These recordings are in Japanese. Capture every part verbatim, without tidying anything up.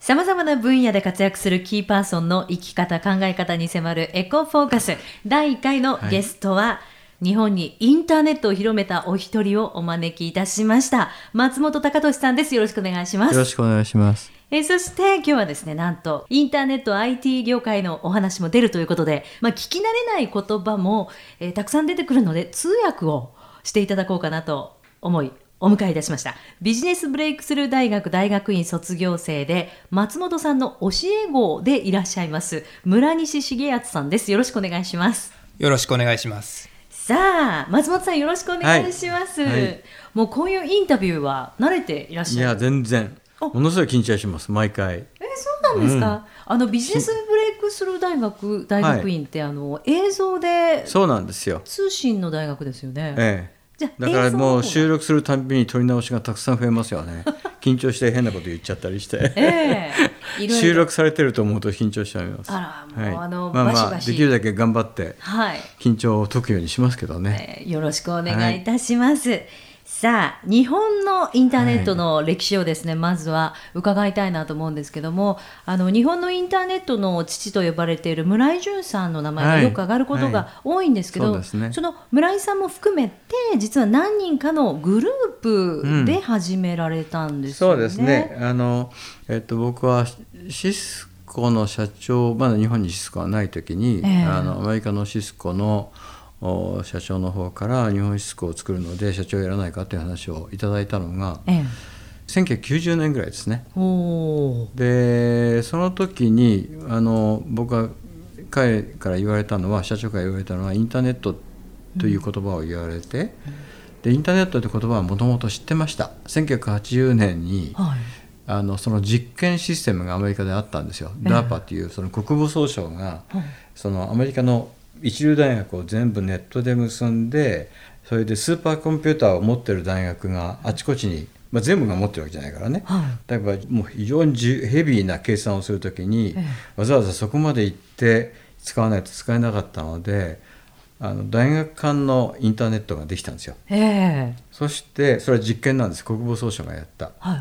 さまざまな分野で活躍するキーパーソンの生き方考え方に迫るエコフォーカスだいいっかいのゲストは、はい、日本にインターネットを広めたお一人をお招きいたしました。松本隆俊さんです。よろしくお願いします。 よろしくお願いします。 えー、そして今日はですね、なんとインターネット アイティー 業界のお話も出るということで、まあ、聞き慣れない言葉も、えー、たくさん出てくるので通訳をしていただこうかなと思いお迎えいたしました。ビジネスブレイクスルー大学大学院卒業生で松本さんの教え子でいらっしゃいます村西重敦さんです。よろしくお願いします。 よろしくお願いします。 さあ松本さんよろしくお願いします、はいはい、もうこういうインタビューは慣れていらっしゃる？ いや全然ものすごい緊張します毎回。 えそうなんですか、うん、あのビジネスブレイクスルー大学大学院って、はい、あの映像でそうなんですよ。 通信の大学ですよね。 ええだからもう収録するたびに撮り直しがたくさん増えますよね緊張して変なこと言っちゃったりして、えー、いろいろ収録されてると思うと緊張しちゃいます。 あらもう、はい、あのまあまあバシバシできるだけ頑張って緊張を解くようにしますけどね、 はいえー、よろしくお願いいたします、はい。さあ日本のインターネットの歴史をですね、はい、まずは伺いたいなと思うんですけども、あの日本のインターネットの父と呼ばれている村井淳さんの名前がよく上がることが多いんですけど、 はいはい そ, ね、 その村井さんも含めて実は何人かのグループで始められたんですよね、 うん、そうですね。あの、えっと、僕はシスコの社長、まだ日本にシスコがない時に、えー、あのアメリカのシスコの社長の方から日本シスコを作るので社長をやらないかという話をいただいたのが、ええ、せんきゅうひゃくきゅうじゅうねんぐらいですね。おでその時にあの僕が彼から言われたのは社長から言われたのはインターネットという言葉を言われて、うん、でインターネットという言葉はもともと知ってました。せんきゅうひゃくはちじゅうねんに、はい、あのその実験システムがアメリカであったんですよ、ええ、ダーパ というその国防総省が、はい、そのアメリカの一流大学を全部ネットで結んで、それでスーパーコンピューターを持ってる大学があちこちに、まあ、全部が持ってるわけじゃないからね、はい、だからもう非常にヘビーな計算をするときに、ええ、わざわざそこまで行って使わないと使えなかったので、あの大学間のインターネットができたんですよ、ええ、そしてそれは実験なんです。国防総省がやった、はい、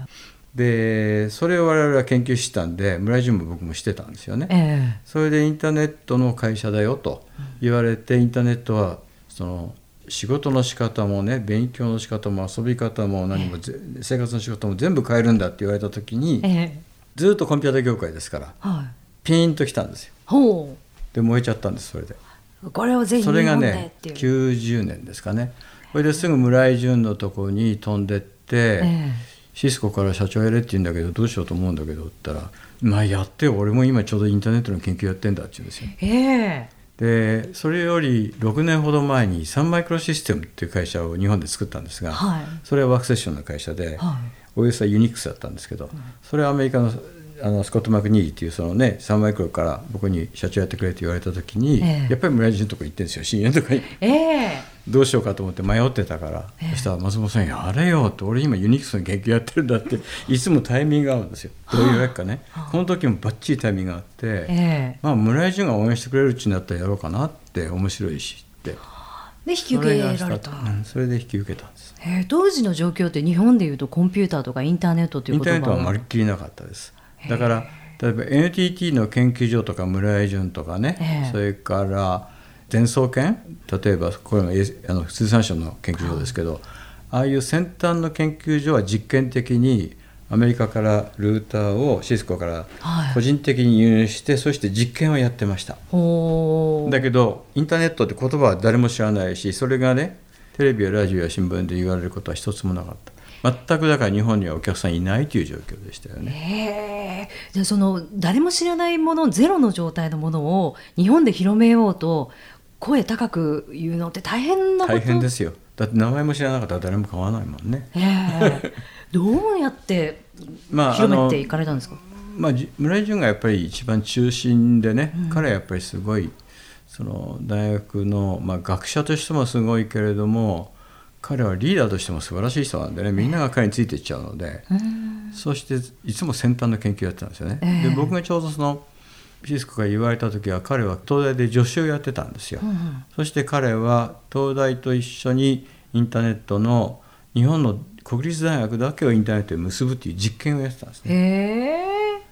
でそれを我々は研究してたんで村井淳も僕もしてたんですよね、えー、それでインターネットの会社だよと言われて、インターネットはその仕事の仕方もね、勉強の仕方も遊び方も何も、えー、生活の仕事も全部変えるんだって言われた時に、えー、ずっとコンピューター業界ですから、はい、ピーンときたんですよ。ほうで燃えちゃったんです。それでこれをぜひそれがねきゅうじゅうねんですかね。それですぐ村井淳のところに飛んでって、えーシスコから社長やれって言うんだけどどうしようと思うんだけどって言ったら、まあやってよ、俺も今ちょうどインターネットの研究やってんだって言うんですよ、えー、でそれよりろくねんほど前にサンマイクロシステムっていう会社を日本で作ったんですが、はい、それはワークセッションの会社で、はい、オーエス はユニックスだったんですけど、うん、それはアメリカのあのスコット・マクニーリーっていうそのねサンマイクロから僕に社長やってくれって言われた時に、えー、やっぱり村井淳のとこ行ってるんですよ、深夜とかに、えー、どうしようかと思って迷ってたから、えー、そしたら松本さんやれよって、俺今ユニックスの研究やってるんだっていつもタイミングが合うんですよ。どういうわけかね、この時もバッチリタイミングがあって、えーまあ、村井淳が応援してくれるうちになったらやろうかなって、面白いしってで引き受けられた。 うん、それで引き受けたんです。 えー、当時の状況って日本でいうとコンピューターとかインターネットという言葉はインターネットはまるっきりなかったです。だから例えば エヌティーティー の研究所とか村井淳とかね、えー、それから電装研、例えばこれもあの通産省の研究所ですけど、ああいう先端の研究所は実験的にアメリカからルーターをシスコから個人的に輸入して、はい、そして実験をやってました。だけどインターネットって言葉は誰も知らないし、それがねテレビやラジオや新聞で言われることは一つもなかった。全くだから日本にはお客さんいないという状況でしたよね。 へー。じゃあその誰も知らないもの、ゼロの状態のものを日本で広めようと声高く言うのって大変なこと。 大変ですよ。だって名前も知らなかったら誰も買わないもんね。 へーどうやって広めていかれたんですか。 まあ、まあ、村井淳がやっぱり一番中心でね、うん、彼はやっぱりすごいその大学の、まあ、学者としてもすごいけれども、彼はリーダーとしても素晴らしい人なんでね、みんなが彼についていっちゃうので、えー、そしていつも先端の研究をやってたんですよね、えー、で僕がちょうどそのシスコが言われた時は彼は東大で助手をやってたんですよ、うん、そして彼は東大と一緒にインターネットの日本の国立大学だけをインターネットで結ぶっていう実験をやってたんですね、え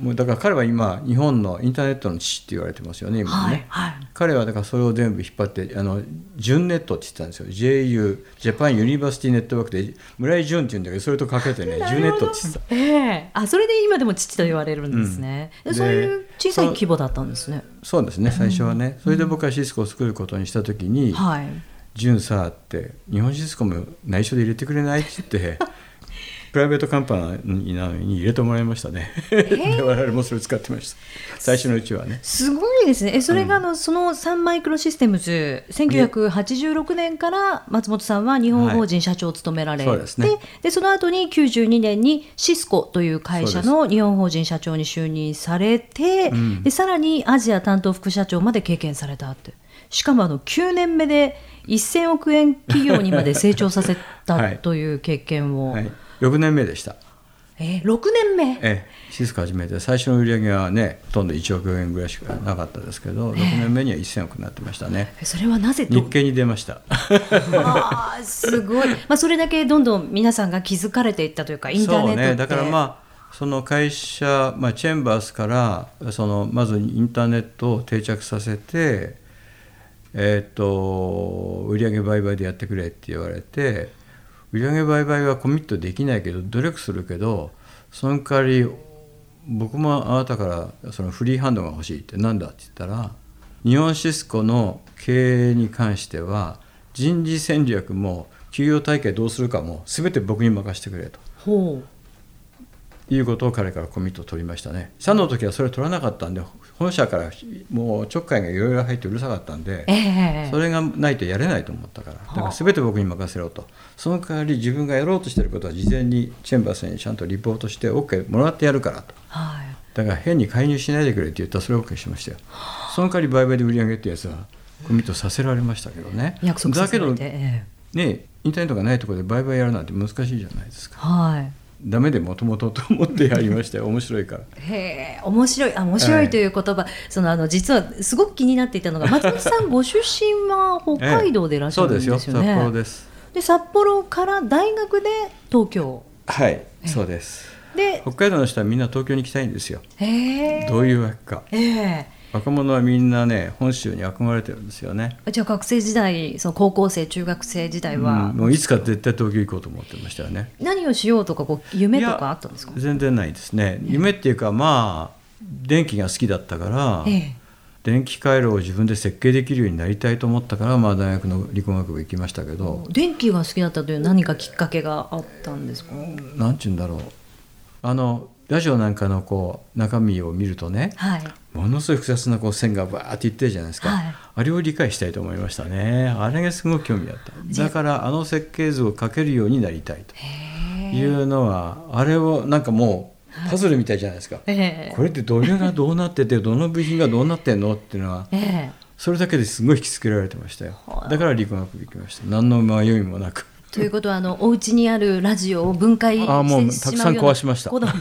もうだから彼は今日本のインターネットの父って言われてますよね今ね、 はいはい、 彼はだからそれを全部引っ張ってあの純ネットって言ってたんですよ。 ジェーユー ジャパンユニバーシティネットワークで村井純っていうんだけどそれとかけてね純ネットって言ってた、 えー、あそれで今でも父と言われるんですね、うん、そういう小さい規模だったんですね。 そ, そうですね最初はね、うん、それで僕はシスコを作ることにした時に、うんはい、純さって日本シスコも内緒で入れてくれないって言ってプライベートカンパニーなのに入れてもらいましたね、えー、我々もそれ使ってました最初のうちはね。 すごいですね。えそれがあの、うん、そのサンマイクロシステムズせんきゅうひゃくはちじゅうろくねんから松本さんは日本法人社長を務められて、はい そ, うで、ね、でその後にきゅうじゅうにねんにシスコという会社の日本法人社長に就任されて、うん、でさらにアジア担当副社長まで経験されたって。しかもあのきゅうねんめでせんおくえん企業にまで成長させたはい、という経験を、はいろくねんめでした。 えー、ろくねんめ、 えー、シスコ始めて最初の売り上げはねほとんどいちおくえんぐらいしかなかったですけど、えー、ろくねんめにはせんおくになってましたね。 それはなぜと日経に出ましたあすごい、まあ、それだけどんどん皆さんが気づかれていったというかインターネットってそうねだからまあその会社、まあ、チェンバースからそのまずインターネットを定着させて、えー、と売上売買でやってくれって言われて売上売買はコミットできないけど努力するけどその代わり僕もあなたからそのフリーハンドが欲しいってなんだって言ったら日本シスコの経営に関しては人事戦略も給与体系どうするかも全て僕に任せてくれとほういうことを彼からコミットを取りましたね。社の時はそれ取らなかったんで本社からもうちょっかいがいろいろ入ってうるさかったんで、えー、それがないとやれないと思ったからだから全て僕に任せろとその代わり自分がやろうとしていることは事前にチェンバースにちゃんとリポートして OK もらってやるからと、はい、だから変に介入しないでくれって言ったらそれを OK しましたよ。その代わり売買で売り上げってやつはコミットさせられましたけどね。 約束させられてだけど、えー、ねインターネットがないところで売買やるなんて難しいじゃないですか。 はいダメでもともとと思ってやりましたよ面白いから。 へー面白いあ面白いという言葉、はい、そのあの実はすごく気になっていたのが松本さんご出身は北海道でいらっしゃるんですよね。 そうですよ札幌です。 で札幌から大学で東京はいそうです。で北海道の人はみんな東京に行きたいんですよ。 へどういうわけか。 へー若者はみんなね本州に憧れてるんですよね。 じゃあ学生時代その高校生中学生時代は、 うん、もういつか絶対東京行こうと思ってましたよね。 何をしようとかこう夢とかあったんですか。 全然ないですね。夢っていうかまあ電気が好きだったから、ええ、電気回路を自分で設計できるようになりたいと思ったから、まあ、大学の理工学部行きましたけど。 電気が好きだったという何かきっかけがあったんですか。 なんていうんだろうあのラジオなんかのこう中身を見るとね、はい、ものすごい複雑なこう線がバーっていってるじゃないですか、はい、あれを理解したいと思いましたね。あれがすごく興味あった。だからあの設計図を描けるようになりたいというのはあれをなんかもうパズルみたいじゃないですか、はい、これってどれがどうなっててどの部品がどうなってんのっていうのは、えー、それだけですごい引きつけられてましたよ。だから理工学部行きました。何の迷いもなく。 ということはあのお家にあるラジオを分解してしまうような。あもうたくさん壊しました。 そうだ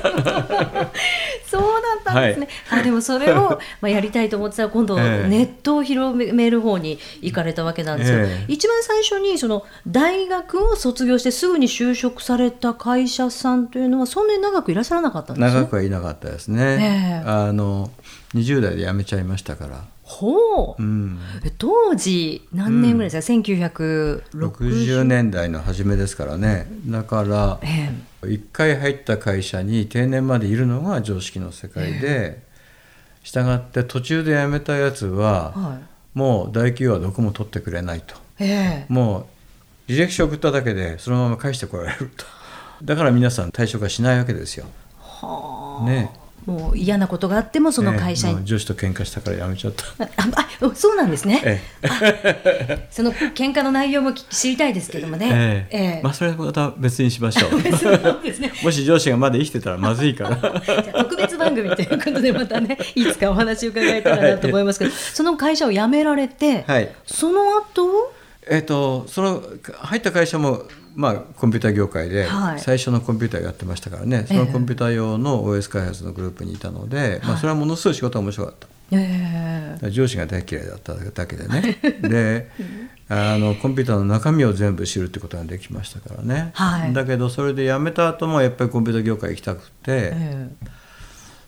ったんですね、はい、あでもそれをまあやりたいと思ってたら今度ネットを広める方に行かれたわけなんですよ、えー、一番最初にその大学を卒業してすぐに就職された会社さんというのはそんなに長くいらっしゃらなかったんですか。 長くはいなかったですね、えー、あのにじゅう代で辞めちゃいましたから。 ほう、うん、当時何年ぐらいですか、うん、せんきゅうひゃくろくじゅうねんだいの初めですからね。だからいっかい入った会社に定年までいるのが常識の世界で、したがって途中で辞めたやつは、はい、もう大企業はどこも取ってくれないと、えー、もう履歴書送っただけでそのまま返してこられると。だから皆さん退職はしないわけですよ。 はあ、ね、もう嫌なことがあってもその会社に、 ええ、上司と喧嘩したから辞めちゃった。 ああそうなんですね、ええ、その喧嘩の内容も知りたいですけどもね、ええええ、まあ、それはまた別にしましょうです、ね、もし上司がまだ生きてたらまずいからじゃあ特別番組ということでまたねいつかお話を伺えたらなと思いますけど、はい、その会社を辞められて、はい、その後えー、とその入った会社も、まあ、コンピューター業界で最初のコンピューターやってましたからね、はい、そのコンピューター用の オーエス 開発のグループにいたので、えーまあ、それはものすごい仕事が面白かった、えー、上司が大嫌いだっただけでねであのコンピューターの中身を全部知るってことができましたからね、はい、だけどそれで辞めた後もやっぱりコンピューター業界行きたくて、えー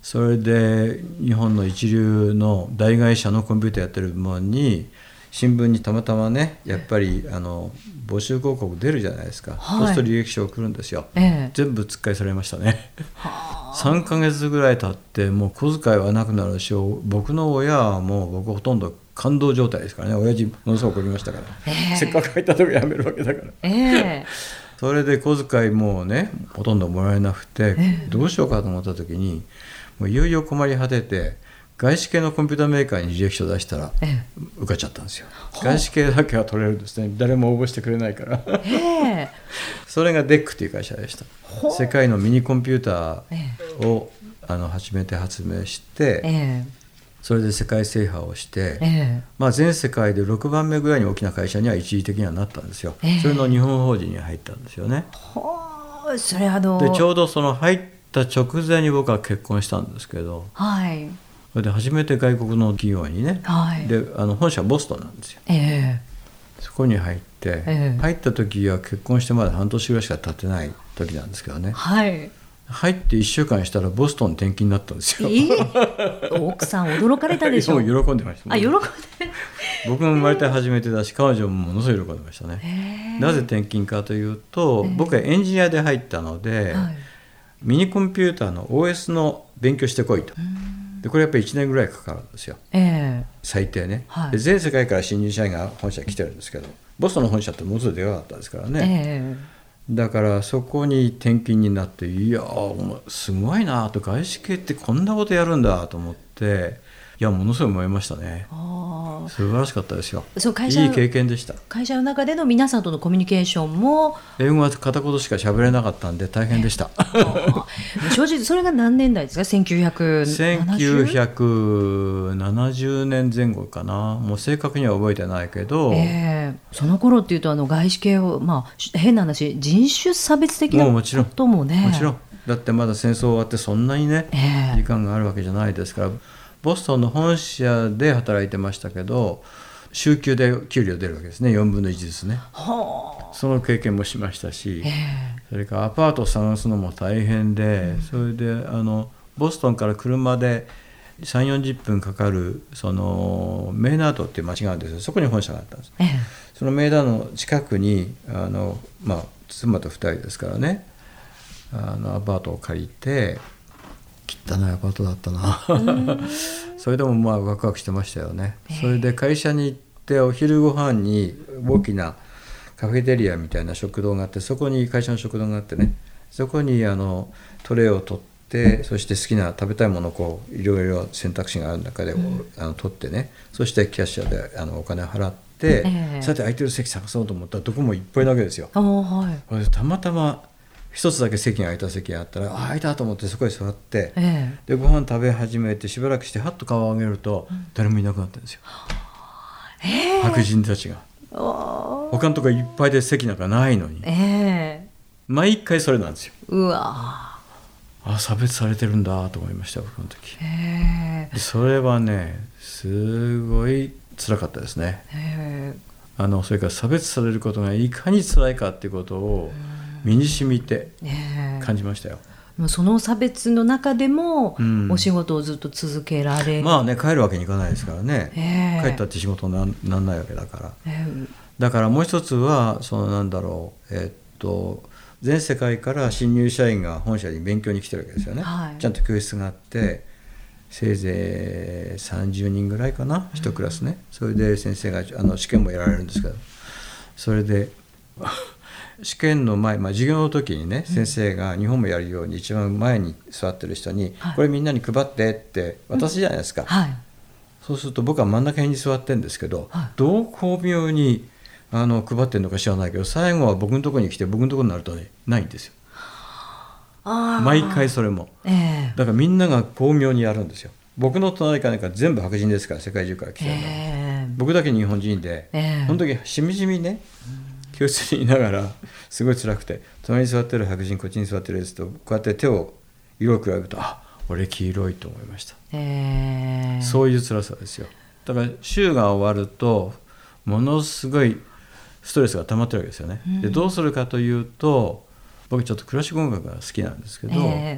それで日本の一流の大会社のコンピューターやってる部門に新聞にたまたまねやっぱりあの募集広告出るじゃないですか、はい、そうすると履歴書を送るんですよ、ええ、全部つっかえされましたねさんかげつぐらい経ってもう小遣いはなくなるし、僕の親はもう僕ほとんど感動状態ですからね。親父ものすごく怒りましたから、えー、せっかく入ったとこやめるわけだから、えー、それで小遣いもうねほとんどもらえなくて、えー、どうしようかと思った時にもういよいよ困り果てて外資系のコンピューターメーカーに履歴書を出したら、ええ、受かっちゃったんですよ。外資系だけは取れるんですね。誰も応募してくれないからえそれが デック という会社でした。世界のミニコンピューターを、えあの初めて発明して、えそれで世界制覇をして、えまあ、全世界でろくばんめぐらいに大きな会社には一時的にはなったんですよ、えそれの日本法人に入ったんですよね。 それあのでちょうどその入った直前に僕は結婚したんですけど、はいそれで初めて外国の企業にね、はい、であの本社はボストンなんですよ、えー、そこに入って、えー、入った時は結婚してまだ半年ぐらいしか経ってない時なんですけどね、はい、入っていっしゅうかんしたらボストン転勤になったんですよ、えー、奥さん驚かれたでしょもう喜んでました、ね、 あ喜んで僕も生まれて初めてだし彼女もものすごい喜んでましたね、えー、なぜ転勤かというと、えー、僕はエンジニアで入ったので、はい、ミニコンピューターの オーエス の勉強してこいと。でこれやっぱりいちねんぐらいかかるんですよ、えー、最低ね、はい、で全世界から新入社員が本社に来てるんですけどボストンの本社ってものすごいでかかったですからね、えー、だからそこに転勤になっていやすごいなと外資系ってこんなことやるんだと思っていやものすごい思いましたね。あ素晴らしかったですよ。そう会社いい経験でした。 会社の中での皆さんとのコミュニケーションも英語は片言しか喋れなかったんで大変でした、 えー、正直それが何年代ですか？せんきゅうひゃくななじゅうせんきゅうひゃくななじゅうねんぜん後かな。もう正確には覚えてないけど、えー、その頃っていうとあの外資系を、まあ、変な話人種差別的なこともねもちろんだってまだ戦争終わってそんなにね、えー、時間があるわけじゃないですからボストンの本社で働いてましたけど週休で給料出るわけですね。よんぶんのいちですね。はその経験もしましたし、えー、それからアパートを探すのも大変で、うん、それであのボストンから車でさんじゅうよんじゅっぷんかかるそのメイナードっていう町があるんですよ。そこに本社があったんです、えー、そのメイナードの近くにあの、まあ、妻とふたりですからねあのアパートを借りて汚いアパートだったなそれでもまあワクワクしてましたよね。それで会社に行ってお昼ご飯に大きなカフェテリアみたいな食堂があってそこに会社の食堂があってねそこにあのトレイを取ってそして好きな食べたいものをこういろいろ選択肢がある中で、うん、あの取ってねそしてキャッシャーであのお金を払って、えー、さて空いてる席探そうと思ったらどこもいっぱいなわけですよ、はい、たまたま一つだけ席が空いた席があったらあ空いたと思ってそこへ座って、えー、でご飯食べ始めてしばらくしてハッと顔を上げると、うん、誰もいなくなってるんですよ、えー、白人たちが他のとこいっぱいで席なんかないのに、えー、毎回それなんですよ。うわあ差別されてるんだと思いました僕の時、えー、それはねすごい辛かったですね、えー、あのそれから差別されることがいかに辛いかっていうことを身に染みて感じましたよ、 えー、その差別の中でもお仕事をずっと続けられる、 うん、まあね帰るわけにいかないですからね、えー、帰ったって仕事に な, なんないわけだから、えー、だからもう一つはそのなんだろうえー、っと全世界から新入社員が本社に勉強に来てるわけですよね、はい、ちゃんと教室があってせいぜいさんじゅうにんぐらいかな一クラスね。それで先生があの試験もやられるんですけどそれで試験の前、まあ、授業の時にね先生が日本もやるように一番前に座ってる人に、はい、これみんなに配ってって渡すじゃないですか、うんはい、そうすると僕は真ん中辺に座ってるんですけど、はい、どう巧妙にあの配ってるのか知らないけど最後は僕のところに来て僕のところになると、ね、ないんですよ。あ毎回それも、えー、だからみんなが巧妙にやるんですよ。僕の隣からか全部白人ですから世界中から来てるの、えー、僕だけ日本人で、えー、その時しみじみね教室にいながらすごい辛くて隣に座ってる白人こっちに座ってるやつとこうやって手を色を比べるとあ俺黄色いと思いました、えー、そういう辛さですよ。だから週が終わるとものすごいストレスが溜まってるわけですよね、うん、でどうするかというと僕ちょっとクラシック音楽が好きなんですけど、えー、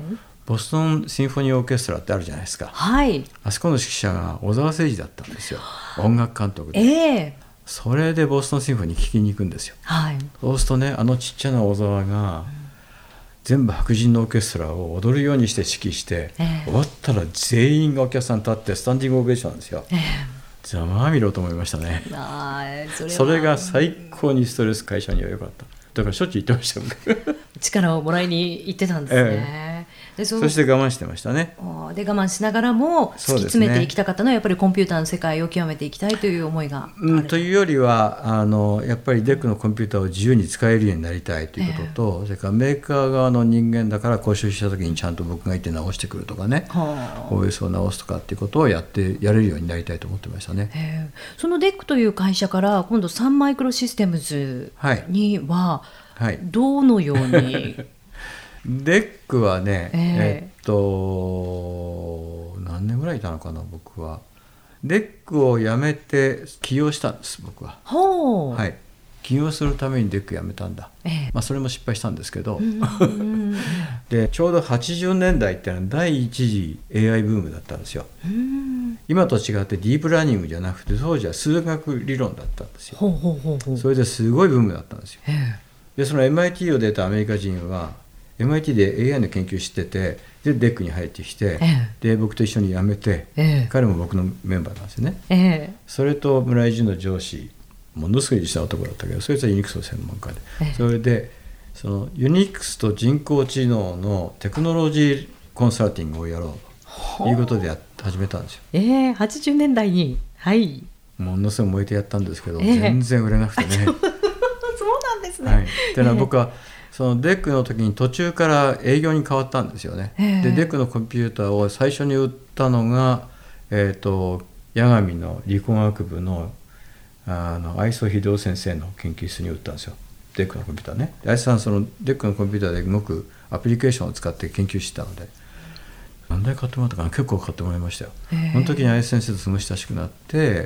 ボストンシンフォニーオーケストラってあるじゃないですか、 はい、 あそこの指揮者が小沢誠二だったんですよ、音楽監督で、 えー、 それでボストンシンフォニー聴きに行くんですよ、 はい、 そうするとね、あのちっちゃな小沢が全部白人のオーケストラを踊るようにして指揮して、えー、終わったら全員がお客さん立ってスタンディングオベーションなんですよ、えー、ざまあみろと思いましたね。 あ、それはそれが最高にストレス解消には良かった。だからしょっちゅう言ってました力をもらいに行ってたんですね、 ええ、で そ, そして我慢してましたね。 で我慢しながらも突き詰めていきたかったのは、やっぱりコンピューターの世界を極めていきたいという思いがある、 うん、というよりはあのやっぱりデックのコンピューターを自由に使えるようになりたいということと、ええ、それからメーカー側の人間だから故障した時にちゃんと僕がいて直してくるとかね、はあ、オーエス を直すとかっていうことをやってやれるようになりたいと思ってましたね、 えー、そのデックという会社から今度サンマイクロシステムズには、はい、どのようにデックはね、えー、えっと何年ぐらいいたのかな。僕はデックを辞めて起業したんです。僕は、 ほう、 はい、起業するためにデック辞めたんだ、えーまあ、それも失敗したんですけどでちょうどはちじゅうねんだいってのは第一次 エーアイ ブームだったんですよ。うん今と違ってディープラーニングじゃなくて当時は数学理論だったんですよ。ほうほうほうほう。それですごいブームだったんですよ、えー、でその エムアイティー を出たアメリカ人は エムアイティー で エーアイ の研究してて、でデックに入ってきて、えー、で僕と一緒に辞めて、えー、彼も僕のメンバーなんですよね、えー、それと村井淳の上司、ものすごいした男だったけど、そいつはユニックスの専門家で、えー、それでそのユニックスと人工知能のテクノロジーコンサルティングをやろうということでや始めたんですよ。 えー、はちじゅうねんだいに、はい、 ものすごい燃えてやったんですけど、えー、全然売れなくてねそうなんですね、 はい、っていうのは僕はそのデックの時に途中から営業に変わったんですよね、えー、でデックのコンピューターを最初に売ったのが、えー、と八神の理工学部のあの愛想秀夫先生の研究室に売ったんですよ、デックのコンピューターね。愛想さんそのデックのコンピューターで動くアプリケーションを使って研究してたので、何台買ってもらったかな、結構買ってもらいましたよ。その時に愛想先生とすごい親しくなって、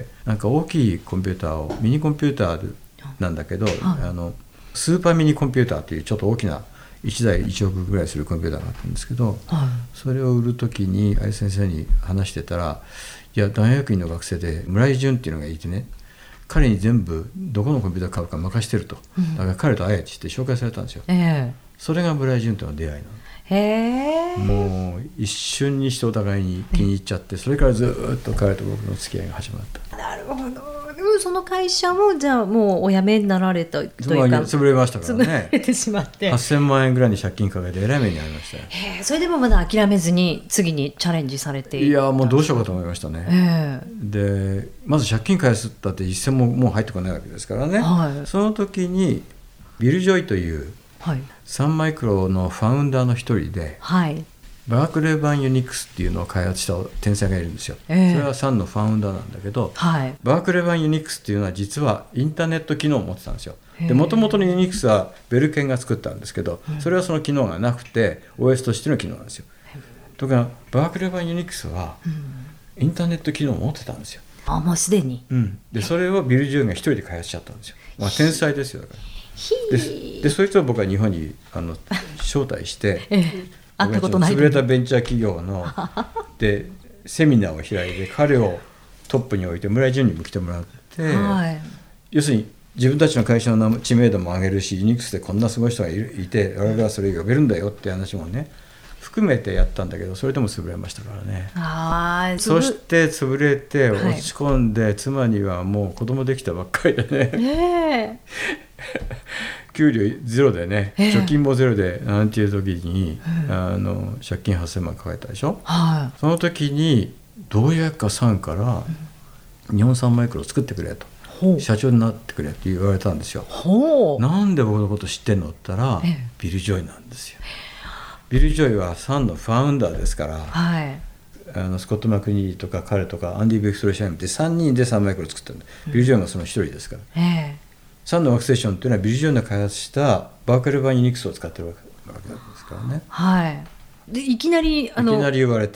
なんか大きいコンピューターをミニコンピューターなんだけど、あのスーパーミニコンピューターというちょっと大きないちだいいちおくぐらいするコンピューターがあったんですけど、はい、それを売る時に愛先生に話してたら、いや大学院の学生で村井淳っていうのがいてね、彼に全部どこのコンピューター買うか任してると、うん、だから彼と会えって言って紹介されたんですよ、えー、それが村井淳との出会いなの。へー、もう一瞬にしてお互いに気に入っちゃって、それからずっと彼と僕の付き合いが始まった。 なるほど。その会社もじゃあもうお辞めになられたというか、 潰れましたからね。 潰れてしまってはっせんまんえんぐらいに借金かけてえらい目に遭いましたよ。 へ、それでもまだ諦めずに次にチャレンジされていた。 いやもうどうしようかと思いましたね。でまず借金返すったって一銭ももう入ってこないわけですからね、はい、その時にビル・ジョイという、はい、サンマイクロのファウンダーの一人で、はい、バークレー版ユニックスっていうのを開発した天才がいるんですよ、えー、それはサンのファウンダーなんだけど、はい、バークレー版ユニックスっていうのは実はインターネット機能を持ってたんですよ。で元々のユニックスはベルケンが作ったんですけど、それはその機能がなくて オーエス としての機能なんですよ。ところがバークレー版ユニックスはインターネット機能を持ってたんですよ。 あ、もうすでに、 うん、でそれをビル・ジューンが一人で開発しちゃったんですよ。まあ、天才ですよ。だからで, でそいつを僕は日本にあの招待してええ、 会ったことない潰れたベンチャー企業のでセミナーを開いて彼をトップに置いて村井淳にも来てもらって、はい、要するに自分たちの会社の知名度も上げるしユニックスでこんなすごい人が い, るいて我々はそれ呼べるんだよって話もね含めてやったんだけど、それでも潰れましたからね。あ、そして潰れて落ち込んで、はい、妻にはもう子供できたばっかりでね、えー、給料ゼロでね、えー、貯金もゼロでなんていう時に、えー、あの借金はっせんまん抱えたでしょ、はい、その時にどうやかさんから日本産マイクロを作ってくれと、うん、社長になってくれって言われたんですよ。なんで僕のこと知ってんのって言ったら、えー、ビル・ジョイなんですよ。ビル・ジョイはサンのファウンダーですから、はい、あのスコット・マクニーとか彼とかアンディ・ベクストロシャイムってさんにんでサンマイクロを作ったんで、うん、ビル・ジョイがその一人ですから、えー、サンのワークステーションっていうのはビル・ジョイの開発したバークレー版ユニックスを使ってるわけですからね、 はい、でいきなりあのいきなり言われて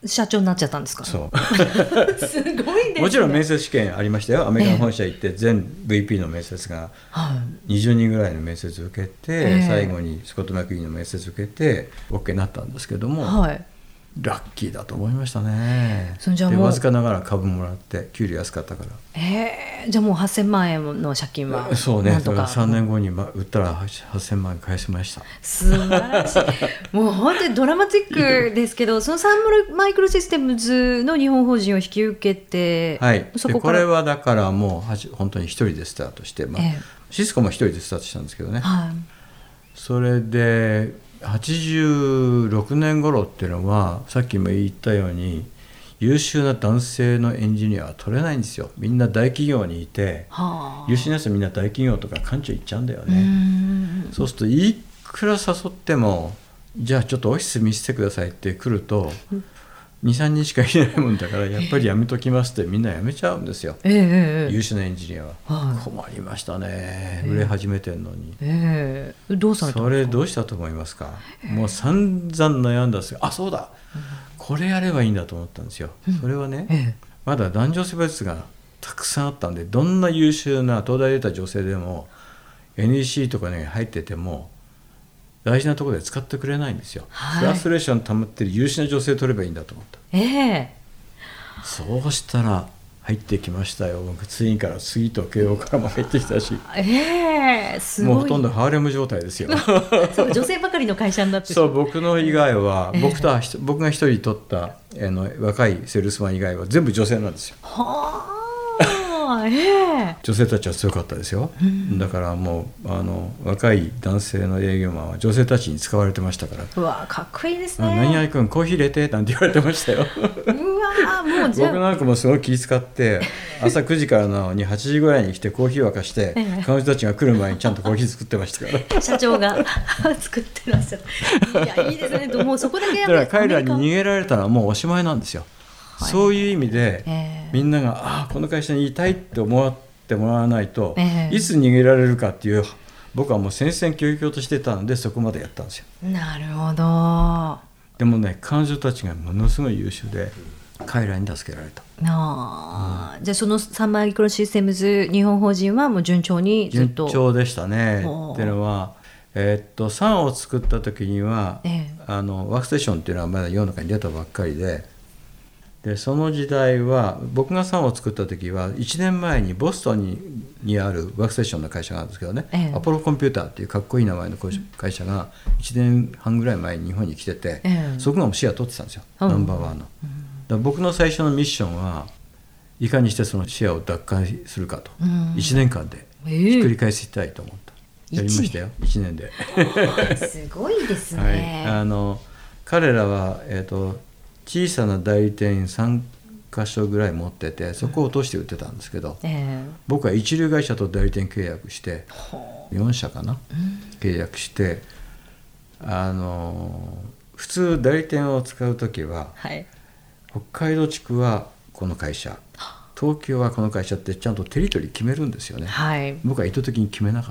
社長になっちゃったんですか？ そうすごいですね。 もちろん面接試験ありましたよ。アメリカの本社行って全 ブイピー の面接がにじゅうにんぐらいの面接受けて、えー、最後にスコット・マクリーンの面接受けて OK になったんですけども、はい、ラッキーだと思いましたね。 そじゃもうでわずかながら株もらって給料安かったから、 えー、じゃあもうはっせんまんえんの借金はそうね、だからさんねんごに売ったらはっせんまんえん返しました。 素晴らしいもう本当にドラマチックですけどそのサンマイクロシステムズの日本法人を引き受けて、 はい、そこからでこれはだからもう本当に一人でスタートして、まあえー、シスコも一人でスタートしたんですけどね、はい、それではちじゅうろくねん頃っていうのはさっきも言ったように優秀な男性のエンジニアは取れないんですよ。みんな大企業にいて、はあ、優秀な人はみんな大企業とか官庁行っちゃうんだよね。うんそうするといくら誘ってもじゃあちょっとオフィス見せてくださいって来るとにさんにんしかいないもんだからやっぱりやめときますってみんなやめちゃうんですよ、えー、優秀なエンジニアは、はい、困りましたね、えー、売れ始めてるのに、えー、どうされたんですか？それどうしたと思いますか？えー、もう散々悩んだんですよ。あそうだ、うん、これやればいいんだと思ったんですよ、うん、それはね、えー、まだ男女差別がたくさんあったんでどんな優秀な東大出た女性でも エヌイーシー とかに入ってても大事なところで使ってくれないんですよ、はい、フラストレーション溜まってる優秀な女性取ればいいんだと思った、えー、そうしたら入ってきましたよ。僕ツインから次と慶応からも入ってきたし、えー、すごいもうほとんどハーレム状態ですよそう女性ばかりの会社になってそう僕の以外は、えー、僕とは僕が一人取ったあの若いセールスマン以外は全部女性なんですよ。はあえー、女性たちは強かったですよ、うん、だからもうあの若い男性の営業マンは女性たちに使われてましたから。 うわかっこいいですね。 何々君コーヒー入れてなんて言われてましたようわもうじゃ僕なんかもすごい気遣って朝くじからのにはちじぐらいに来てコーヒー沸かして、えー、彼女たちが来る前にちゃんとコーヒー作ってましたから社長が作ってらっしゃる。いやいいですね。もうそこだけやっぱりだから彼らに逃げられたらもうおしまいなんですよ、はい、そういう意味で、えー、みんながあこの会社にいたいって思ってもらわないと、えー、いつ逃げられるかっていう僕はもう戦々恐々としてたんでそこまでやったんですよ。 なるほど。 でもね彼女たちがものすごい優秀で彼らに助けられた。 あ、うん、じゃあそのサンマイクロシステムズ日本法人はもう順調にずっと順調でしたね。っていうのはえー、っとサンを作った時には、えー、あのワークステーションっていうのはまだ世の中に出たばっかりででその時代は僕がサンを作った時はいちねんまえにボストン に, にあるワークステーションの会社があるんですけどね、ええ、アポロコンピューターっていうかっこいい名前の会社がいちねんはんぐらい前に日本に来てて、ええ、そこがもうシェア取ってたんですよ、うん、ナンバーワンの、うん、だから僕の最初のミッションはいかにしてそのシェアを奪還するかと、うん、いちねんかんでひっくり返したいと思った、ええ、やりましたよいちねんですごいですね、 はい、あの彼らは、えーと小さな代理店さんかしょぐらい持っててそこを通して売ってたんですけど、うんえー、僕は一流会社と代理店契約してよんしゃかな、うん、契約してあの普通代理店を使うときは、はい、北海道地区はこの会社東京はこの会社ってちゃんとテリトリー決めるんですよね、はい、僕は意図的に決めなかった、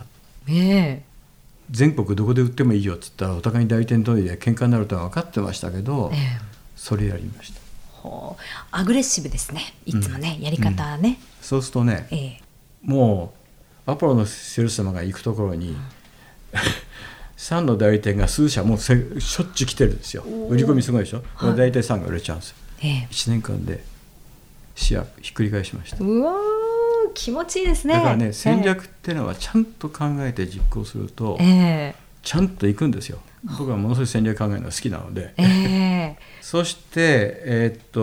えー、全国どこで売ってもいいよって言ったらお互いに代理店同士で喧嘩になるとは分かってましたけど、えーそれやりました。 ほうアグレッシブですねいつもね、うん、やり方ね、 うん、そうするとね、ええ、もうアポロのセールス様が行くところに、うん、サンの代理店が数社もうしょっちゅう来てるんですよ。売り込みすごいでしょ、はい、大体サンが売れちゃうんですよ、ええ、いちねんかんでシェアひっくり返しました。 うわ気持ちいいですね。 だからね戦略っていうのはちゃんと考えて実行すると、ええ、ちゃんと行くんですよ。僕はものすごい戦略考えるのが好きなので、えー、そして、えー、っと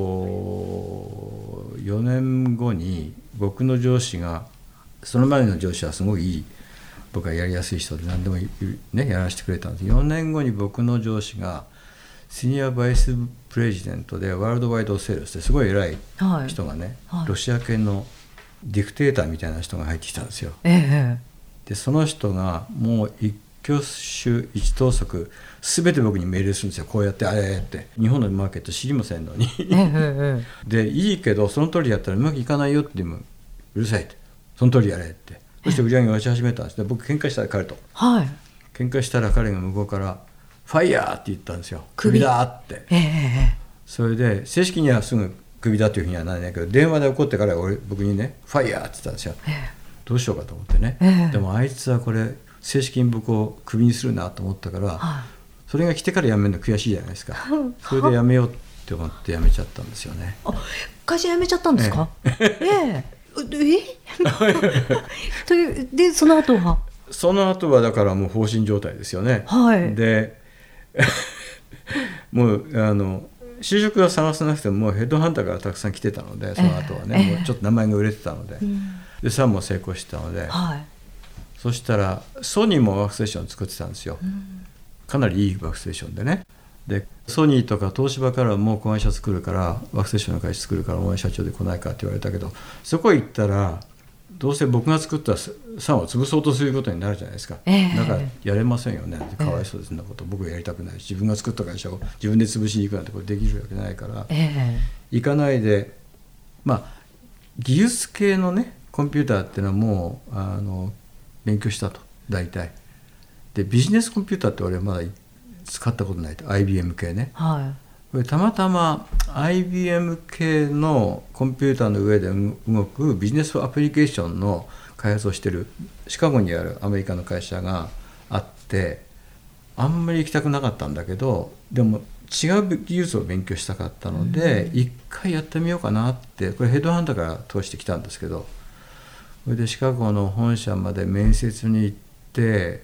よねんごに僕の上司がその前の上司はすごいいい僕はやりやすい人で何でも、ね、やらせてくれたんです。よねんごに僕の上司がシニアバイスプレジデントでワールドワイドセールスってすごい偉い人がね、はいはい、ロシア系のディクテーターみたいな人が入ってきたんですよ、えー、でその人がもう一挙手一投足全て僕に命令するんですよ。こうやってあれって日本のマーケット知りませんのにでいいけどその通りやったらうまくいかないよって言うもうるさいってその通りやれってそして売り上げを出し始めたんです。で僕喧嘩したら彼と、はい、喧嘩したら彼が向こうからファイヤーって言ったんですよ。クビだって、えー、 それで正式にはすぐクビだというふうにはならないけど、電話で怒ってから俺僕にねファイヤーって言ったんですよ、ええ、どうしようかと思ってね、ええ、でもあいつはこれ正式に僕をクビにするなと思ったから、はい、それが来てから辞めるの悔しいじゃないですかそれで辞めようって思って辞めちゃったんですよね。 あ、会社辞めちゃったんですか？ええええというでその後はその後はだからもう放心状態ですよね、はい、でもうあの就職は探さなくてももうヘッドハンターからたくさん来てたので、その後はね、えー、もうちょっと名前が売れてたので、うん、でサンも成功してたので、はい、そしたらソニーもワークステーション作ってたんですよ、うん、かなりいいワークステーションでね。でソニーとか東芝からもう子会社作るからワークステーションの会社作るからお前社長で来ないかって言われたけど、そこへ行ったらどうせ僕が作ったサンを潰そうとすることになるじゃないですか、えー、だからやれませんよね、かわいそうです、そんなこと僕はやりたくないし、自分が作った会社を自分で潰しに行くなんてことできるわけないから、えー、行かないで、まあ技術系のねコンピューターっていうのはもうあの勉強したと大体で、ビジネスコンピューターって俺はまだ使ったことないと アイビーエム 系ね、はい、これたまたま アイビーエム 系のコンピューターの上で動くビジネスアプリケーションの開発をしているシカゴにあるアメリカの会社があって、あんまり行きたくなかったんだけど、でも違う技術を勉強したかったので一回やってみようかなって、これヘッドハンターから通してきたんですけど、それでシカゴの本社まで面接に行って、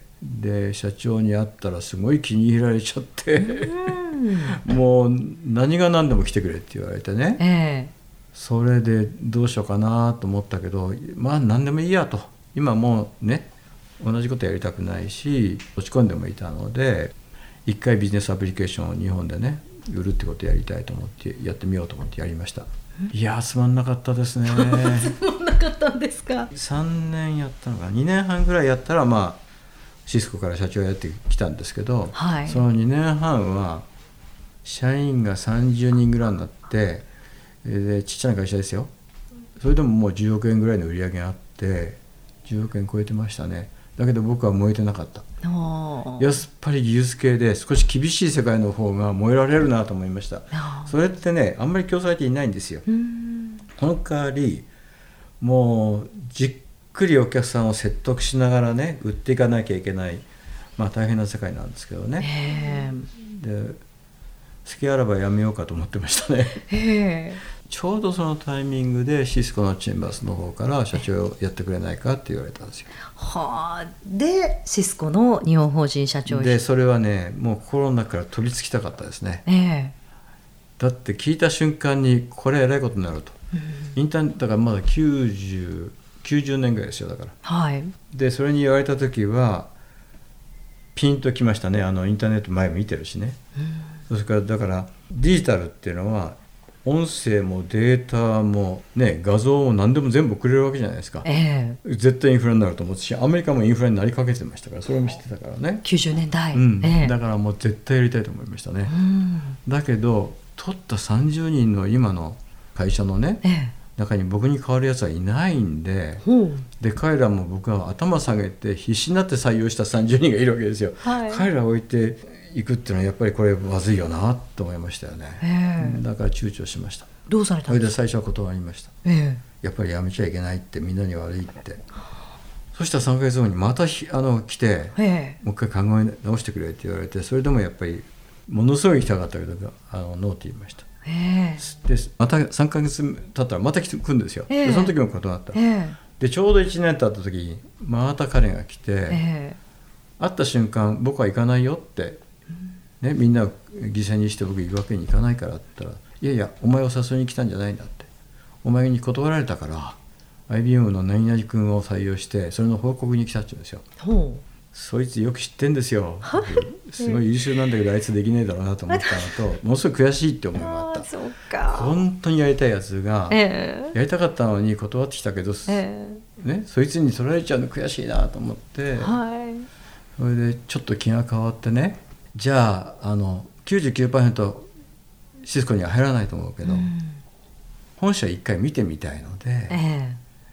で社長に会ったらすごい気に入られちゃってもう何が何でも来てくれって言われてね、えー、それでどうしようかなと思ったけど、まあ何でもいいやと、今もうね同じことやりたくないし落ち込んでもいたので、一回ビジネスアプリケーションを日本でね売るってことをやりたいと思ってやってみようと思ってやりました。いやつまんなかったですねつまんなかったんですか？ さんねんやったのかにねんはんぐらいやったらまあシスコから社長やってきたんですけど、はい、そのにねんはんは社員がさんじゅうにんぐらいになって、でちっちゃな会社ですよ。それでももうじゅうおくえんぐらいの売り上げがあってじゅうおくえん超えてましたね。だけど僕は燃えてなかった。やっぱり技術系で少し厳しい世界の方が燃えられるなと思いました。それってねあんまり競争相手いないんですよ。この代わりもうじっゆっくりお客さんを説得しながらね売っていかなきゃいけない、まあ大変な世界なんですけどね。で好きあらばやめようかと思ってましたねちょうどそのタイミングでシスコのチェンバースの方から社長やってくれないかって言われたんですよ。 はあ、でシスコの日本法人社長でそれはねもう心の中から飛びつきたかったですね、えー、だって聞いた瞬間にこれえらいことになると、うん、インターネットだからまだきゅうじゅうきゅうじゅうねんぐらいですよだから、はい、でそれに言われた時はピンときましたね。あのインターネット前見てるしね、うん、それからだからデジタルっていうのは音声もデータも、ね、画像も何でも全部送れるわけじゃないですか、えー、絶対インフレになると思うし、アメリカもインフレになりかけてましたから、それも知ってたからねきゅうじゅうねんだい、 うんえー、 だからもう絶対やりたいと思いましたね、うん、だけど取ったさんじゅうにんの今の会社のね、えー中に僕に代わるやつはいないんで、で彼らも僕は頭下げて必死になって採用したさんじゅうにんがいるわけですよ、はい、彼らを置いていくっていうのはやっぱりこれまずいよなと思いましたよね。だから躊躇しました。 どうされたんですか？ それで最初は断りました、えー、やっぱりやめちゃいけないって、みんなに悪いって。そしたらさんかげつごにまたあの来て、えー、もう一回考え直してくれって言われて、それでもやっぱりものすごい行きたかったけどあのノーって言いました。えー、でまたさんかげつ経ったらまた来るんですよ、えー、でその時も断った、えー、でちょうどいちねん経った時にまた彼が来て、えー、会った瞬間僕は行かないよって、ね、みんなを犠牲にして僕行くわけにいかないからって言ったら、いやいやお前を誘いに来たんじゃないんだって、お前に断られたから アイビーエム の何々君を採用してそれの報告に来たって言うんですよ。ほう、そいつよく知ってんですよすごい優秀なんだけどあいつできねえだろうなと思ったのと、ものすごい悔しいって思いもあった。 そうか、 本当にやりたいやつが、えー、やりたかったのに断ってきたけど、えーね、そいつに取られちゃうの悔しいなと思って、はい、それでちょっと気が変わってね、じゃあ、あの きゅうじゅうきゅうパーセント シスコには入らないと思うけど、うん、本社一回見てみたいので、え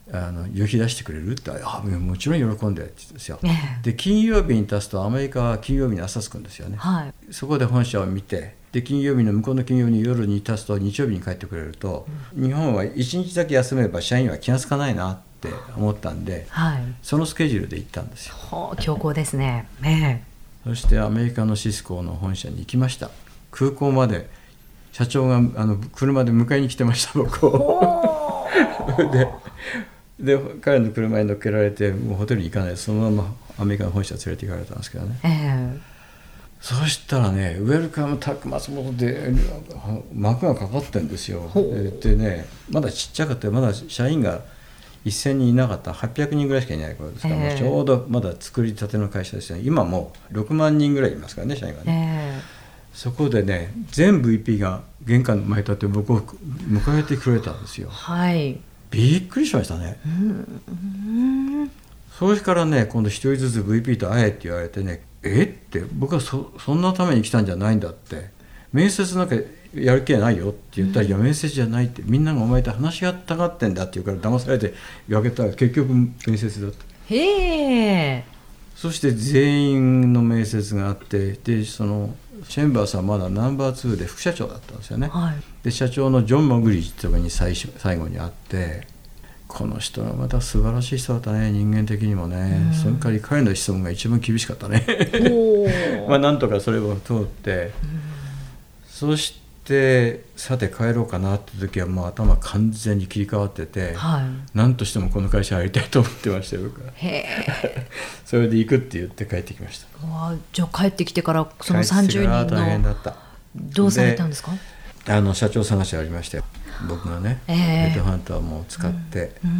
あの旅費出してくれるってあもちろん喜んでって言うんですよ。で金曜日に立つとアメリカは金曜日に朝着くんですよね、はい、そこで本社を見てで金曜日の向こうの金曜日に夜に立つと日曜日に帰ってくれると、うん、日本はいちにちだけ休めば社員は気が付かないなって思ったんで、はい、そのスケジュールで行ったんですよ。 強行ですね、ねそしてアメリカのシスコの本社に行きました。空港まで社長があの車で迎えに来てました僕をでで彼の車に乗っけられてもうホテルに行かないでそのままアメリカの本社連れて行かれたんですけどね、えー、そしたらねウェルカムタック松本で幕がかかってるんですよ。でねまだちっちゃかったまだ社員がせんにんいなかったはっぴゃくにんぐらいしかいない頃ですから、えー、ちょうどまだ作りたての会社ですね。今もうろくまんにんぐらいいますからね社員がね、えー、そこでね全 ブイピー が玄関の前に立って僕を迎えてくれたんですよ、はい、びっくりしましたね。うんそれからね今度一人ずつ ブイピー と会えって言われてねえって僕は そ, そんなために来たんじゃないんだって面接なんかやる気はないよって言ったら、うん、いや面接じゃないってみんながお前と話し合ったがってんだって言うから騙されて言われたら結局面接だった。へー。そして全員の面接があってでそのチェンバースはまだナンバーツーで副社長だったんですよね、はい、で社長のジョン・マグリッジとかに 最, 最後に会ってこの人はまた素晴らしい人だったね人間的にもね、うん、その代わり彼の質問が一番厳しかったねまあなんとかそれを通って、うん、そしてさて帰ろうかなって時はもう頭完全に切り替わってて、はい、何としてもこの会社入りたいと思ってましたよ僕は。へそれで行くって言って帰ってきました。 わじゃあ帰ってきてからそのさんじゅうにんの大変だった。 どうされたんですか？ あの社長探しありましたよ僕がね、えー、ヘッドハンターも使って、うん、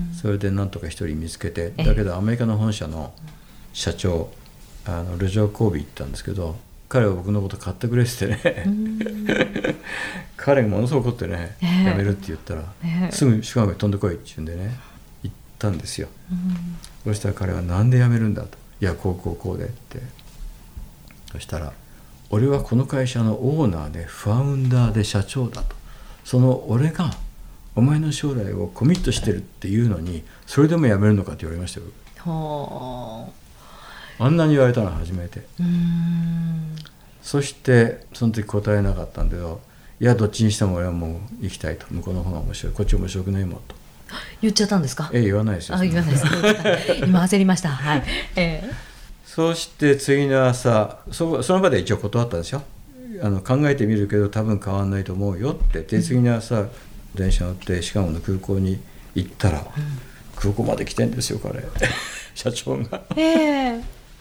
それでなんとか一人見つけて、えー、だけどアメリカの本社の社長あのルジョー・コービー行ったんですけど彼は僕のこと買ってくれってね、うん、彼がものすごく怒ってね、えー、辞めるって言ったら、えー、すぐシカゴに飛んでこいって言うんでね行ったんですよ、うん、そしたら彼はなんで辞めるんだといやこうこうこうでってそしたら俺はこの会社のオーナーでファウンダーで社長だとその俺がお前の将来をコミットしてるっていうのにそれでも辞めるのかって言われましたよ。はあんなに言われたのは初めて。うーんそしてその時答えなかったんだけどいやどっちにしても俺はもう行きたいと向こうの方が面白いこっち面白くないもんと言っちゃったんですか？ え言わないですよ。 あ言わないです今焦りました、はいえー、 そして次の朝 そ, その場で一応断ったんですよ。あの考えてみるけど多分変わんないと思うよってで次の朝、うん、電車乗ってシカゴの空港に行ったら、うん、空港まで来てんですよ彼社長が、えー、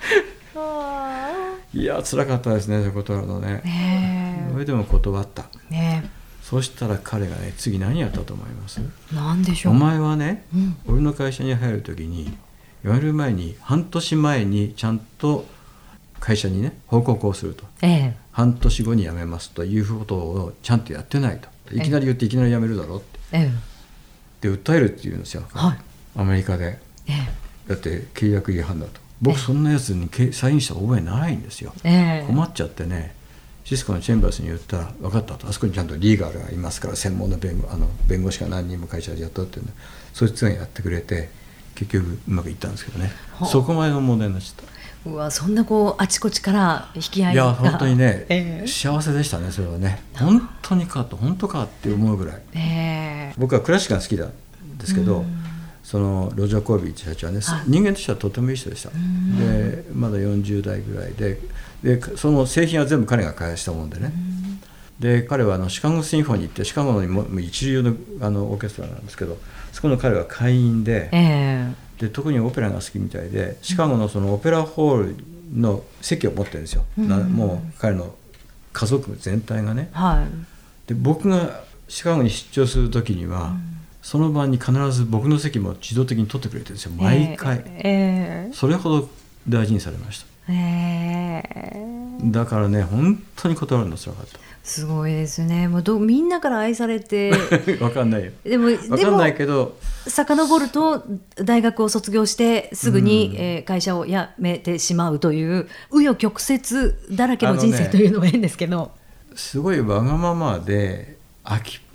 いや辛かったですねそういう断るのね、えー、それでも断った、えー、そしたら彼がね次何やったと思います？ 何でしょう？ お前はね、うん、俺の会社に入る時に辞める前に半年前にちゃんと会社にね報告をすると、ええ、半年後に辞めますということをちゃんとやってないといきなり言っていきなり辞めるだろうって、ええ、で訴えるって言うんですよ、はい、アメリカで、ええ、だって契約違反だと僕そんなやつにサインした覚えないんですよ、ええ、困っちゃってねシスコのチェンバースに言ったら分かったとあそこにちゃんとリーガルがいますから専門の弁護、あの弁護士が何人も会社でやったっていうのそいつがやってくれて結局うまくいったんですけどねそこまでの問題になっちゃった。 うわそんなこうあちこちから引き合いがいや本当にね、えー、幸せでしたねそれはね本当にかと本当かって思うぐらい、えー、僕はクラシックが好きなんですけどそのロジャー・コービー社長はね、はい、人間としてはとてもいい人でした。でまだよんじゅう代ぐらい で, でその製品は全部彼が開発したもんでねで彼はあのシカゴシンフォニーってシカゴのも一流 の, あのオーケストラなんですけどそこの彼は会員で、えーで特にオペラが好きみたいでシカゴのそのオペラホールの席を持ってるんですよ、うん、なもう彼の家族全体がね、はい、で僕がシカゴに出張する時には、うん、その晩に必ず僕の席も自動的に取ってくれてるんですよ毎回、えーえー、それほど大事にされました、えー、だからね本当に断るのつらかった。 すごいですねもうどみんなから愛されて分かんないよでも分かんないけど遡ると大学を卒業してすぐに、うんえー、会社を辞めてしまうという紆余曲折だらけの人生というのは変ですけど、 ね、すごいわがままで飽きっぽ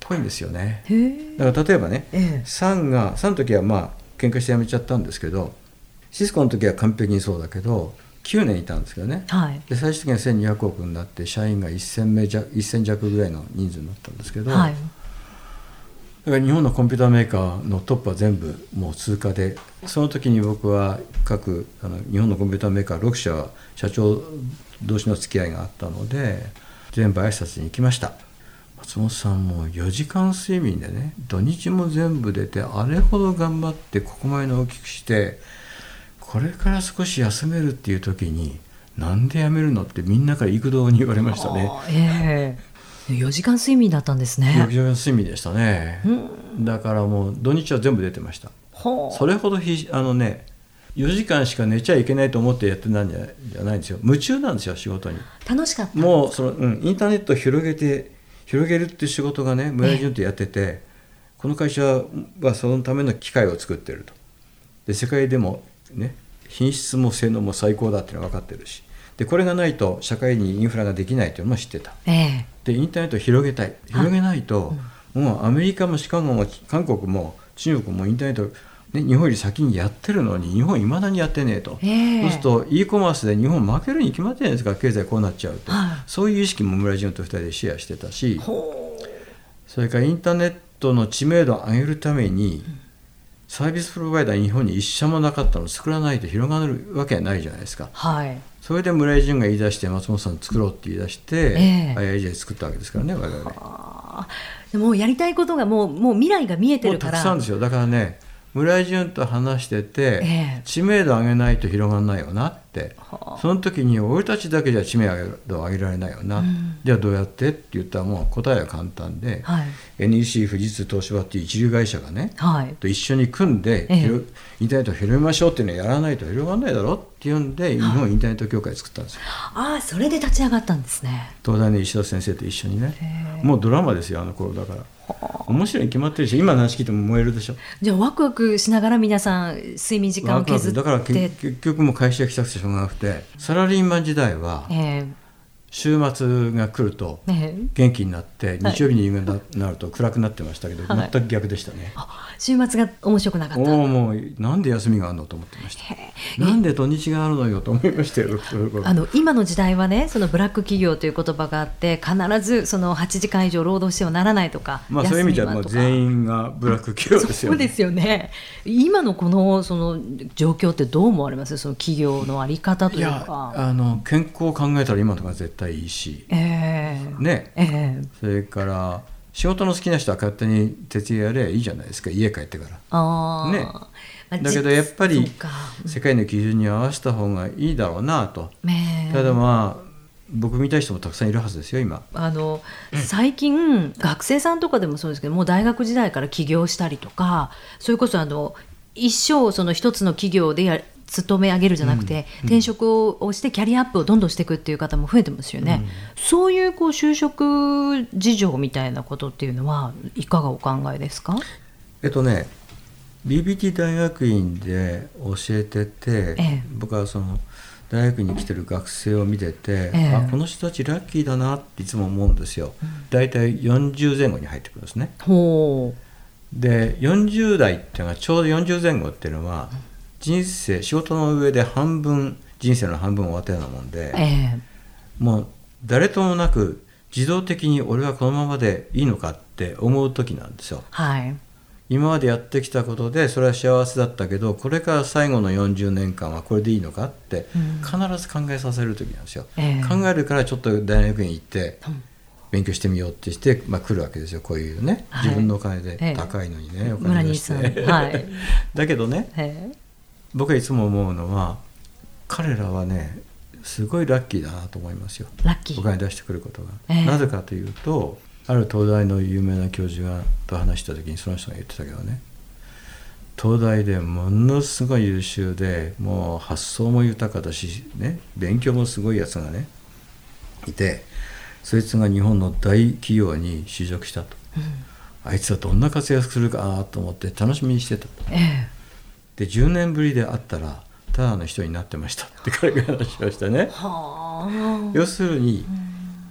ぽいんですよね。 へー。 だから例えばね、 ええ、 サンがサンの時はまあ喧嘩して辞めちゃったんですけど、シスコの時は完璧にそうだけどきゅうねんいたんですけどね、 はい、 で最終的にはせんにひゃくおくになって社員がせんめい弱いっせん弱ぐらいの人数になったんですけど、 はい、 だから日本のコンピューターメーカーのトップは全部もう通過で、その時に僕は各あの日本のコンピューターメーカーろく社は社長同士の付き合いがあったので全部挨拶に行きました。松本さんもよじかん睡眠でね、土日も全部出てあれほど頑張ってここまで大きくしてこれから少し休めるっていう時になんでやめるのってみんなから幾度に言われましたね。 ええ、よじかん睡眠だったんですね。 よじかん睡眠でしたね、 うん、 だからもう土日は全部出てました。それほどひあのねよじかんしか寝ちゃいけないと思ってやってないんじゃない、じゃないんですよ。夢中なんですよ仕事に。 楽しかった。 もうその、うん、インターネットを広げて広げるっていう仕事がね村井淳とやってて、この会社はそのための機械を作ってると。で世界でもね品質も性能も最高だっていうのは分かってるし、でこれがないと社会にインフラができないというのも知ってた、 ええ、 でインターネットを広げたい、広げないと、うん、もうアメリカもシカゴも韓国も中国もインターネット、ね、日本より先にやってるのに日本いまだにやってねえと、 ええ、 そうすると e コマースで日本負けるに決まってるじゃないですか、経済こうなっちゃうと、 はい、 そういう意識も村井淳とふたりでシェアしてたし、 ほう、 それからインターネットの知名度を上げるために、うん、サービスプロバイダー日本に一社もなかったのを作らないと広がるわけはないじゃないですか、 はい、 それで村井淳が言い出して松本さん作ろうって言い出して、ええ、アイアイジェー 作ったわけですからね我々。 はあ、でもやりたいことがもう、もう未来が見えてるから、 もうたくさんですよ。だからね村井淳と話してて、ええ、 知名度上げないと広がらないよなって、はあ、その時に俺たちだけじゃ知名度上げられないよな、うん、じゃあどうやってって言ったらもう答えは簡単で、はい、エヌイーシー 富士通東芝っていう一流会社がね、はい、と一緒に組んで、ええ、インターネットを広めましょうっていうのをやらないと広がらないだろっていうんで、日本インターネット協会を作ったんですよ。 ああ、それで立ち上がったんですね。 東大の石田先生と一緒にね、もうドラマですよあの頃だから。面白いに決まってるし、今の話聞いても燃えるでしょ。じゃあワクワクしながら皆さん睡眠時間を削って、 だから結局もう会社が来たくてしょうがなくて、サラリーマン時代は週末が来ると元気になって、日曜日に夕方になると暗くなってましたけど、全く逆でしたね。 週末が面白くなかった。 おもうなんで休みがあるのと思ってました。なんで土日があるのよと思いましたよ。 あの今の時代はね、そのブラック企業という言葉があって、必ずそのはちじかん以上労働してはならないとか、 まあ、そういう意味じゃもう全員がブラック企業ですよね。 そうですよね。今のこのその状況ってどう思われます？その企業のあり方というか。 いや、あの健康を考えたら今のが絶対いいし、えーねえー、それから仕事の好きな人は勝手に徹夜やればいいじゃないですか、家帰ってから。あ、ね、だけどやっぱり世界の基準に合わせた方がいいだろうなと。ただまあ僕みたいな人もたくさんいるはずですよ今。あの、 うん、最近学生さんとかでもそうですけど、もう大学時代から起業したりとか、それこそあの一生その一つの企業でや勤め上げるじゃなくて、うん、転職をしてキャリアアップをどんどんしていくっていう方も増えてますよね、うん、そういうこう就職事情みたいなことっていうのはいかがお考えですか？ えっとね ビービーティー 大学院で教えてて、ええ、僕はその大学に来てる学生を見てて、ええ、あこの人たちラッキーだなっていつも思うんですよ、うん、だいたいよんじゅうぜん後に入ってくるんですね。ほうでよんじゅう代っていうのはちょうどよんじゅうぜん後っていうのは、うん、人生仕事の上で半分人生の半分終わったようなもんで、えー、もう誰ともなく自動的に俺はこのままでいいのかって思う時なんですよ、はい、今までやってきたことでそれは幸せだったけどこれから最後のよんじゅうねんかんはこれでいいのかって必ず考えさせる時なんですよ、えー、考えるからちょっと大学院行って勉強してみようってして、まあ、来るわけですよ。こういうね、はい、自分のお金で高いのにね、えー、お金出して、はい、だけどね、えー僕はいつも思うのは彼らはねすごいラッキーだなと思いますよ。ラッキーお金出してくることが、えー、なぜかというとある東大の有名な教授がと話した時にその人が言ってたけどね、東大でものすごい優秀でもう発想も豊かだし、ね、勉強もすごいやつがねいて、そいつが日本の大企業に就職したと、うん、あいつはどんな活躍するかなと思って楽しみにしてたと、えーでじゅうねんぶりで会ったらただの人になってましたって彼が話しましたね。は要するに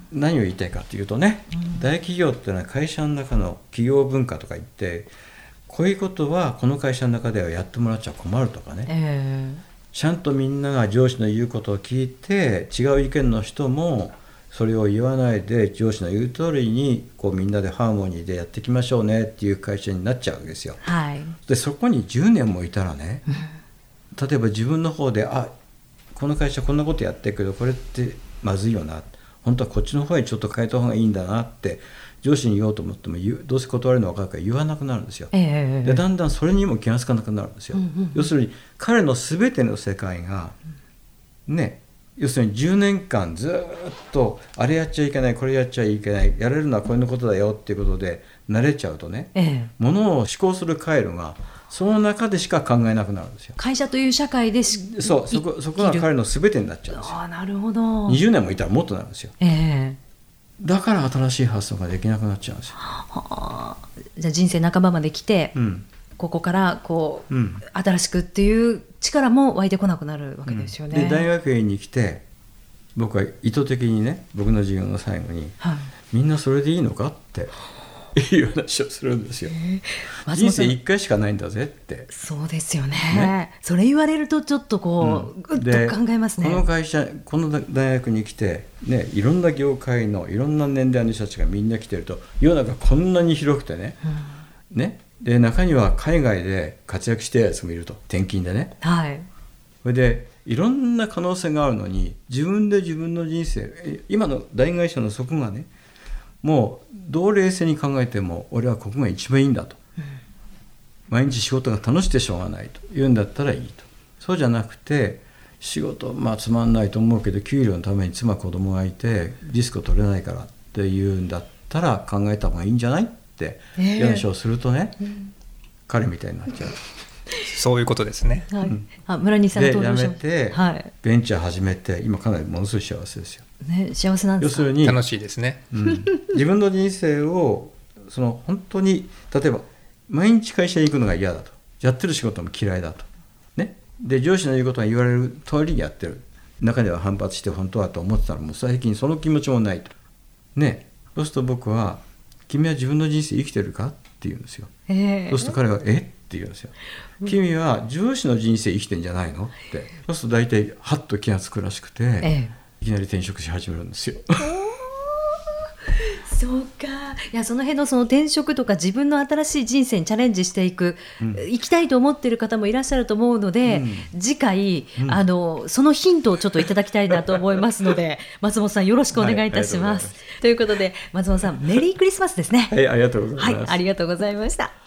何を言いたいかというとね、うん、大企業っていうのは会社の中の企業文化とか言って、こういうことはこの会社の中ではやってもらっちゃ困るとかね、えー、ちゃんとみんなが上司の言うことを聞いて、違う意見の人もそれを言わないで上司の言う通りにこうみんなでハーモニーでやっていきましょうねっていう会社になっちゃうわけですよ、はい、でそこにじゅうねんもいたらね、例えば自分の方であこの会社こんなことやってるけどこれってまずいよな、本当はこっちの方にちょっと変えた方がいいんだなって上司に言おうと思ってもどうせ断れるの分かるから言わなくなるんですよ、えー、でだんだんそれにも気がつかなくなるんですよ、うんうん、要するに彼の全ての世界がね、要するにじゅうねんかんずっとあれやっちゃいけないこれやっちゃいけない、やれるのはこういうことだよっていうことで慣れちゃうとね、ええ、ものを思考する回路がその中でしか考えなくなるんですよ。 会社という社会でしそう そ, こそこが彼の全てになっちゃうんですよ。 あ、なるほど。 にじゅうねんもいたらもっとなるんですよ、ええ、だから新しい発想ができなくなっちゃうんですよ。 はあ、じゃあ人生半ばまで来て、うん、ここからこう、うん、新しくっていう力も湧いてこなくなるわけですよね、 うん、で大学院に来て僕は意図的にね、僕の授業の最後に、はい、みんなそれでいいのかっていう話をするんですよ、えー、人生一回しかないんだぜって。 そうですよ ね, ねそれ言われるとちょっとこう、うん、ぐっと考えますね。 この会社この大学に来て、ね、いろんな業界のいろんな年代の人たちがみんな来てると世の中こんなに広くてね、うん、ねで中には海外で活躍してるやつもいると、転勤でね、はい、それでいろんな可能性があるのに自分で自分の人生、今の大会社のそこがね、もうどう冷静に考えても俺はここが一番いいんだと、うん、毎日仕事が楽しくてしょうがないというんだったらいいと。そうじゃなくて仕事、まあつまんないと思うけど給料のために妻子供がいてリスクを取れないからっていうんだったら考えた方がいいんじゃないって話をするとね、えーうん、彼みたいになっちゃう。 そういうことですね、 はい、うん、あ村西さんが登場しました。 で辞めて、はい、ベンチャー始めて今かなりものすごい幸せですよ、 ね、幸せなんですか。 要するに楽しいですね、 うん、自分の人生をその本当に例えば毎日会社に行くのが嫌だと、やってる仕事も嫌いだと、ね、で上司の言うことが言われる通りにやってる、中では反発して本当はと思ってたらもう最近その気持ちもないと、ね、そうすると僕は君は自分の人生生きてるかって言うんですよ、えー、そうすると彼はえって言うんですよ。君は上司の人生生きてんじゃないのって。そうすると大体ハッと気がつくらしくて、ええ、いきなり転職し始めるんですよ。 そうか。いやその辺のその転職とか自分の新しい人生にチャレンジしていく、うん、行きたいと思っている方もいらっしゃると思うので、うん、次回、うん、あのそのヒントをちょっといただきたいなと思いますので松本さんよろしくお願いいたします、はい、ということで松本さんメリークリスマスですね。 はい、ありがとうございます。 はい、ありがとうございました。